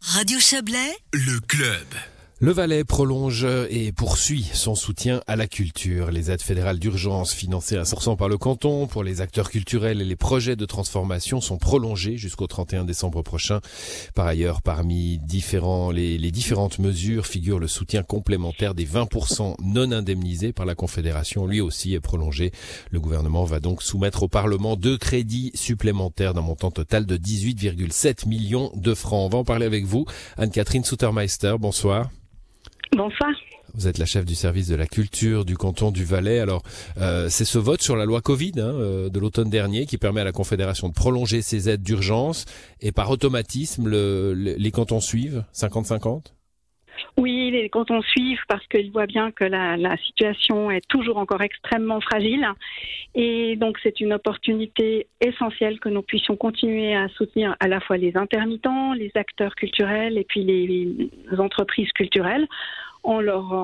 Radio Chablais, le club. Le Valais prolonge et poursuit son soutien à la culture. Les aides fédérales d'urgence financées à 100% par le canton pour les acteurs culturels et les projets de transformation sont prolongées jusqu'au 31 décembre prochain. Par ailleurs, parmi les différentes mesures figure le soutien complémentaire des 20% non indemnisés par la Confédération. Lui aussi est prolongé. Le gouvernement va donc soumettre au Parlement 2 crédits supplémentaires d'un montant total de 18,7 millions de francs. On va en parler avec vous. Anne-Catherine Soutermeister, bonsoir. Bonsoir. Vous êtes la chef du service de la culture du canton du Valais. Alors, c'est ce vote sur la loi Covid de l'automne dernier qui permet à la Confédération de prolonger ses aides d'urgence et par automatisme, les cantons suivent 50-50 ? Oui, les cantons suivent parce qu'ils voient bien que la situation est toujours encore extrêmement fragile. Et donc, c'est une opportunité essentielle que nous puissions continuer à soutenir à la fois les intermittents, les acteurs culturels et puis les entreprises culturelles en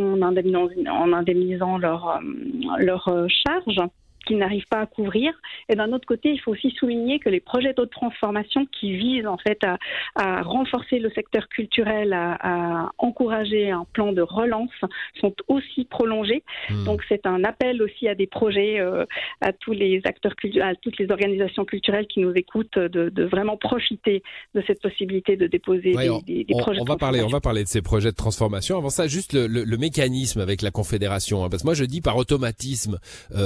indemnisant leurs charges qu'ils n'arrivent pas à couvrir. Et d'un autre côté, il faut aussi souligner que les projets de transformation qui visent en fait à renforcer le secteur culturel, à encourager un plan de relance sont aussi prolongés. Donc c'est un appel aussi à des projets, à tous les acteurs à toutes les organisations culturelles qui nous écoutent de vraiment profiter de cette possibilité de déposer des projets de transformation. On va parler de ces projets de transformation. Avant ça, juste le mécanisme avec la Confédération. Parce que moi, je dis par automatisme,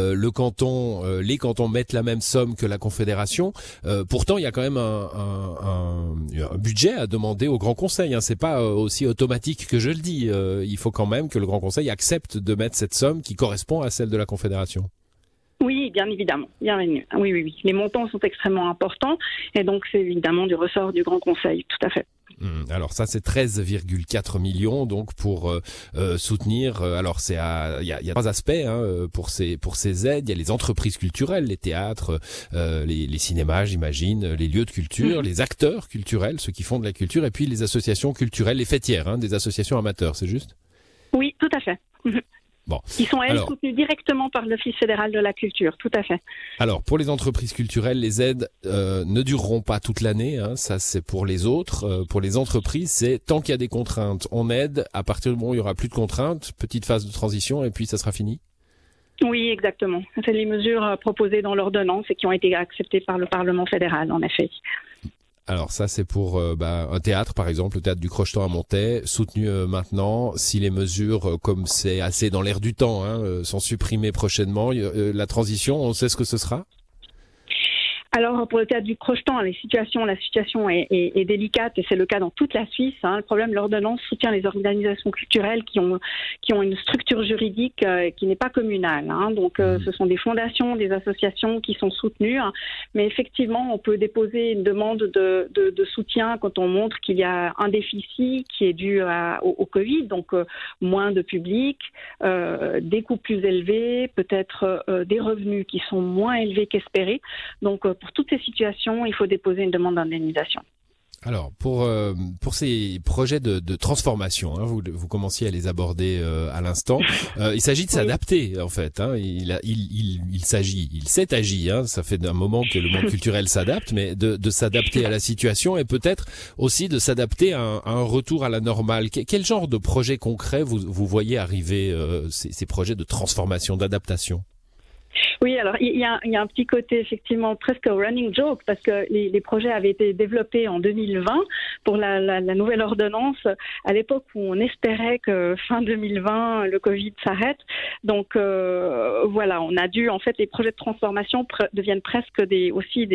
les cantons mettent la même somme que la Confédération. Pourtant, il y a quand même un budget à demander au Grand Conseil. C'est pas aussi automatique que je le dis. Il faut quand même que le Grand Conseil accepte de mettre cette somme qui correspond à celle de la Confédération. Oui, bien évidemment. Oui. Les montants sont extrêmement importants et donc c'est évidemment du ressort du Grand Conseil, tout à fait. Alors ça c'est 13,4 millions donc pour soutenir. Alors il y a 3 aspects pour ces aides. Il y a les entreprises culturelles, les théâtres, les cinémas, j'imagine, les lieux de culture, les acteurs culturels, ceux qui font de la culture, et puis les associations culturelles, les fêtières, des associations amateurs, c'est juste ? Oui, tout à fait. Bon. Qui sont, soutenues directement par l'Office fédéral de la culture, tout à fait. Alors, pour les entreprises culturelles, les aides ne dureront pas toute l'année, ça c'est pour les autres. Pour les entreprises, c'est tant qu'il y a des contraintes, on aide. À partir du moment où il y aura plus de contraintes, petite phase de transition, et puis ça sera fini. Oui, exactement. C'est les mesures proposées dans l'ordonnance et qui ont été acceptées par le Parlement fédéral, en effet. Alors ça c'est pour un théâtre par exemple, le théâtre du Crocheton à Montaix, soutenu maintenant. Si les mesures, comme c'est assez dans l'air du temps, sont supprimées prochainement, la transition, on sait ce que ce sera ? Alors, pour le théâtre du Crocheton, la situation est délicate et c'est le cas dans toute la Suisse. Le problème, l'ordonnance soutient les organisations culturelles qui ont une structure juridique qui n'est pas communale. Donc, ce sont des fondations, des associations qui sont soutenues. Mais effectivement, on peut déposer une demande de soutien quand on montre qu'il y a un déficit qui est dû au Covid, donc moins de public, des coûts plus élevés, peut-être des revenus qui sont moins élevés qu'espérés. Donc, pour toutes ces situations, il faut déposer une demande d'indemnisation. Alors, pour ces projets de transformation, vous commenciez à les aborder à l'instant. Il s'agit de s'adapter, en fait. Il s'est agi. Ça fait un moment que le monde culturel s'adapte, mais de s'adapter à la situation et peut-être aussi de s'adapter à un retour à la normale. Quel genre de projet concret vous voyez arriver ces projets de transformation, d'adaptation ? Oui, alors il y a un petit côté effectivement presque running joke parce que les projets avaient été développés en 2020 pour la nouvelle ordonnance à l'époque où on espérait que fin 2020 le Covid s'arrête. Donc voilà, on a dû en fait les projets de transformation deviennent presque des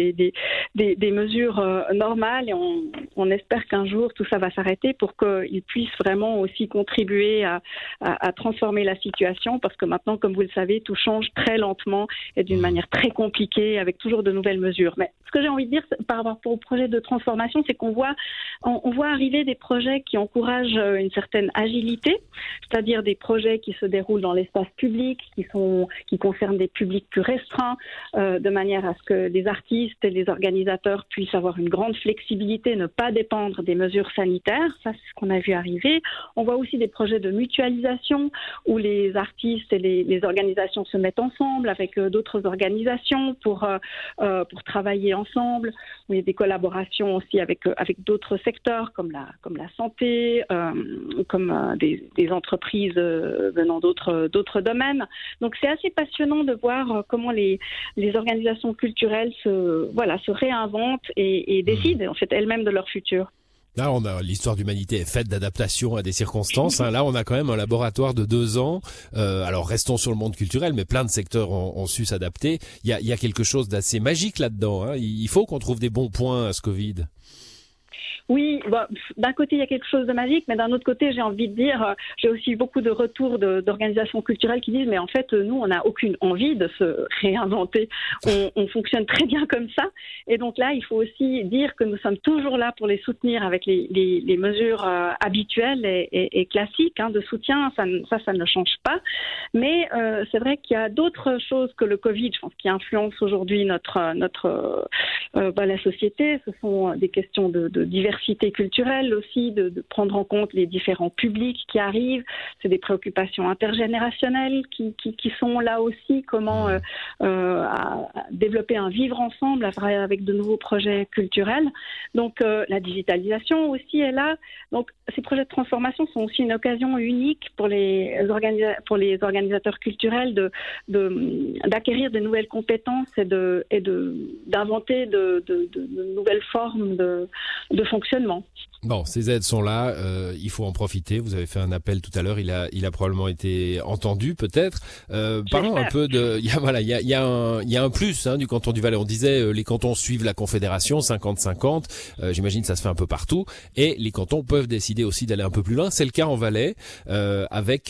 mesures normales et on espère qu'un jour tout ça va s'arrêter pour qu'ils puissent vraiment aussi contribuer à transformer la situation parce que maintenant, comme vous le savez, tout change très lentement et d'une manière très compliquée avec toujours de nouvelles mesures. Mais ce que j'ai envie de dire par rapport au projet de transformation, c'est qu'on voit arriver des projets qui encouragent une certaine agilité, c'est-à-dire des projets qui se déroulent dans l'espace public, qui concernent des publics plus restreints, de manière à ce que les artistes et les organisateurs puissent avoir une grande flexibilité, ne pas dépendre des mesures sanitaires. Ça, c'est ce qu'on a vu arriver. On voit aussi des projets de mutualisation où les artistes et les organisations se mettent ensemble avec d'autres organisations pour travailler ensemble. Il y a des collaborations aussi avec d'autres secteurs comme la santé, comme des entreprises venant d'autres domaines. Donc c'est assez passionnant de voir comment les organisations culturelles se réinventent et décident en fait elles-mêmes de leur futur. Là, l'histoire d'humanité est faite d'adaptation à des circonstances. Là, on a quand même un laboratoire de 2 ans. Alors, restons sur le monde culturel, mais plein de secteurs ont su s'adapter. Il y a quelque chose d'assez magique là-dedans. Il faut qu'on trouve des bons points à ce Covid. Oui, d'un côté, il y a quelque chose de magique, mais d'un autre côté, j'ai envie de dire, j'ai aussi eu beaucoup de retours d'organisations culturelles qui disent, mais en fait, nous, on n'a aucune envie de se réinventer. On fonctionne très bien comme ça. Et donc là, il faut aussi dire que nous sommes toujours là pour les soutenir avec les mesures habituelles et classiques de soutien. Ça ne change pas. Mais c'est vrai qu'il y a d'autres choses que le Covid, je pense, qui influencent aujourd'hui la société. Ce sont des questions de diversité culturelle aussi, de prendre en compte les différents publics qui arrivent. C'est des préoccupations intergénérationnelles qui sont là aussi. Comment développer un vivre ensemble avec de nouveaux projets culturels. Donc la digitalisation aussi est là. Donc ces projets de transformation sont aussi une occasion unique pour les organisateurs culturels d'acquérir de nouvelles compétences et d'inventer de nouvelles formes de fonctionnement. Bon, ces aides sont là, il faut en profiter. Vous avez fait un appel tout à l'heure, il a probablement été entendu peut-être. Parlons un peu de, il y a un plus du canton du Valais. On disait les cantons suivent la Confédération 50-50. J'imagine que ça se fait un peu partout, et les cantons peuvent décider aussi d'aller un peu plus loin. C'est le cas en Valais avec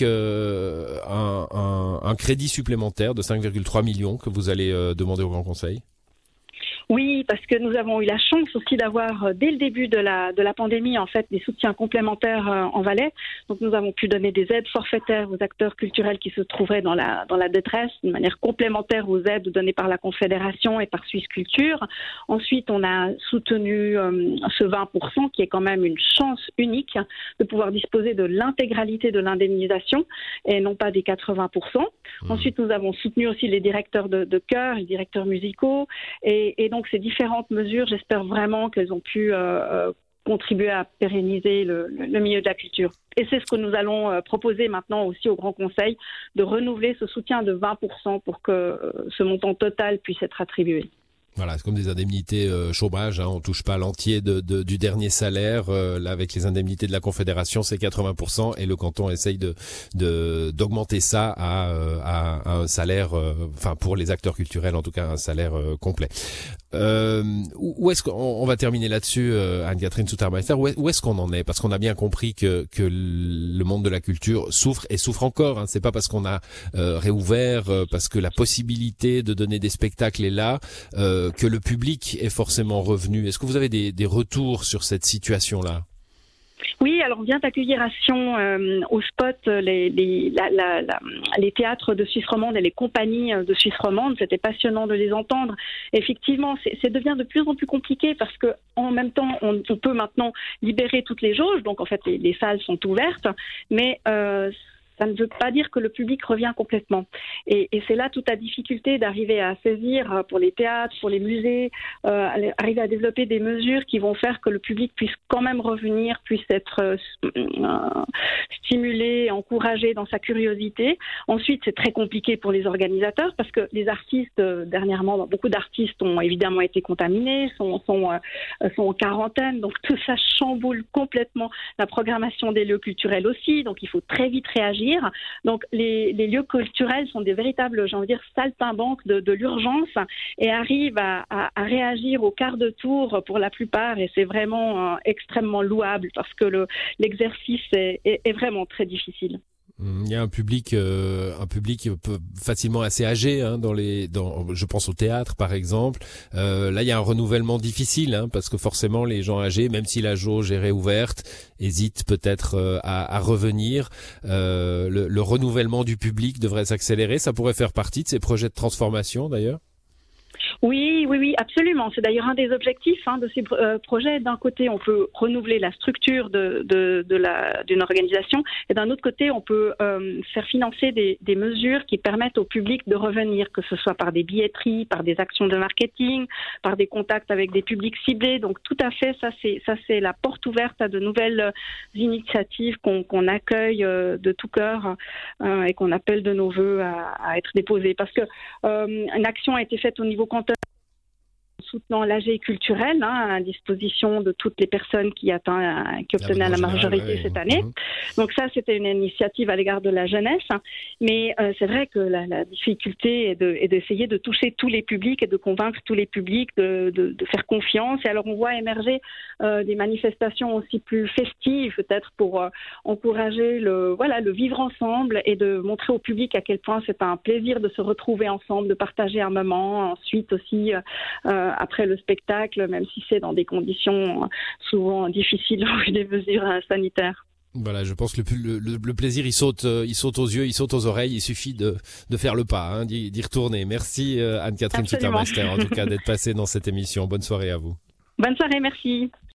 un crédit supplémentaire de 5,3 millions que vous allez demander au Grand Conseil. Oui, parce que nous avons eu la chance aussi d'avoir, dès le début de la pandémie, en fait, des soutiens complémentaires en Valais. Donc, nous avons pu donner des aides forfaitaires aux acteurs culturels qui se trouveraient dans la détresse, d'une manière complémentaire aux aides données par la Confédération et par Suisse Culture. Ensuite, on a soutenu ce 20%, qui est quand même une chance unique de pouvoir disposer de l'intégralité de l'indemnisation et non pas des 80%. Ensuite, nous avons soutenu aussi les directeurs de chœur, les directeurs musicaux et donc ces différentes mesures, j'espère vraiment qu'elles ont pu contribuer à pérenniser le milieu de la culture. Et c'est ce que nous allons proposer maintenant aussi au Grand Conseil, de renouveler ce soutien de 20% pour que ce montant total puisse être attribué. Voilà, c'est comme des indemnités chômage, on touche pas l'entier du dernier salaire. Là, avec les indemnités de la Confédération, c'est 80%, et le canton essaye d'augmenter ça à un salaire, pour les acteurs culturels, en tout cas un salaire complet. Où est-ce qu'on va terminer là-dessus, Anne-Catherine Soutermeister, où est-ce qu'on en est? Parce qu'on a bien compris que le monde de la culture souffre et souffre encore. C'est pas parce qu'on a réouvert, parce que la possibilité de donner des spectacles est là, que le public est forcément revenu. Est-ce que vous avez des retours sur cette situation-là? Oui, alors on vient d'accueillir à Sion au spot les théâtres de Suisse romande et les compagnies de Suisse romande. C'était passionnant de les entendre. Effectivement, c'est devient de plus en plus compliqué parce que en même temps, on peut maintenant libérer toutes les jauges. Donc en fait, les salles sont ouvertes, mais ça ne veut pas dire que le public revient complètement. Et c'est là toute la difficulté d'arriver à saisir pour les théâtres, pour les musées, arriver à développer des mesures qui vont faire que le public puisse quand même revenir, puisse être stimulé, encouragé dans sa curiosité. Ensuite, c'est très compliqué pour les organisateurs parce que les artistes, dernièrement, beaucoup d'artistes ont évidemment été contaminés, sont en quarantaine. Donc tout ça chamboule complètement la programmation des lieux culturels aussi. Donc il faut très vite réagir. Donc les lieux culturels sont des véritables, j'ai envie de dire, saltimbanques de l'urgence et arrivent à réagir au quart de tour pour la plupart, et c'est vraiment extrêmement louable parce que l'exercice est vraiment très difficile. Il y a un public facilement assez âgé, je pense au théâtre par exemple. Là, il y a un renouvellement difficile, parce que forcément les gens âgés, même si la jauge est réouverte, hésitent peut-être à revenir. Le renouvellement du public devrait s'accélérer. Ça pourrait faire partie de ces projets de transformation d'ailleurs. Oui, absolument. C'est d'ailleurs un des objectifs de ces projets. D'un côté, on peut renouveler la structure d'une organisation, et d'un autre côté, on peut faire financer des mesures qui permettent au public de revenir, que ce soit par des billetteries, par des actions de marketing, par des contacts avec des publics ciblés. Donc, tout à fait, ça c'est la porte ouverte à de nouvelles initiatives qu'on accueille de tout cœur et qu'on appelle de nos voeux à être déposées. Parce que une action a été faite au niveau cantonal soutenant l'AG culturel, à disposition de toutes les personnes qui obtenaient la majorité cette année. Donc ça, c'était une initiative à l'égard de la jeunesse. Mais c'est vrai que la difficulté est d'essayer de toucher tous les publics et de convaincre tous les publics de faire confiance. Et alors, on voit émerger des manifestations aussi plus festives, peut-être pour encourager le vivre ensemble et de montrer au public à quel point c'est un plaisir de se retrouver ensemble, de partager un moment. Ensuite aussi, après le spectacle, même si c'est dans des conditions souvent difficiles au vu des mesures sanitaires. Voilà, je pense que le plaisir, il saute aux yeux, il saute aux oreilles. Il suffit de faire le pas, d'y retourner. Merci Anne-Catherine Sutermeister, en tout cas, d'être passée dans cette émission. Bonne soirée à vous. Bonne soirée, merci.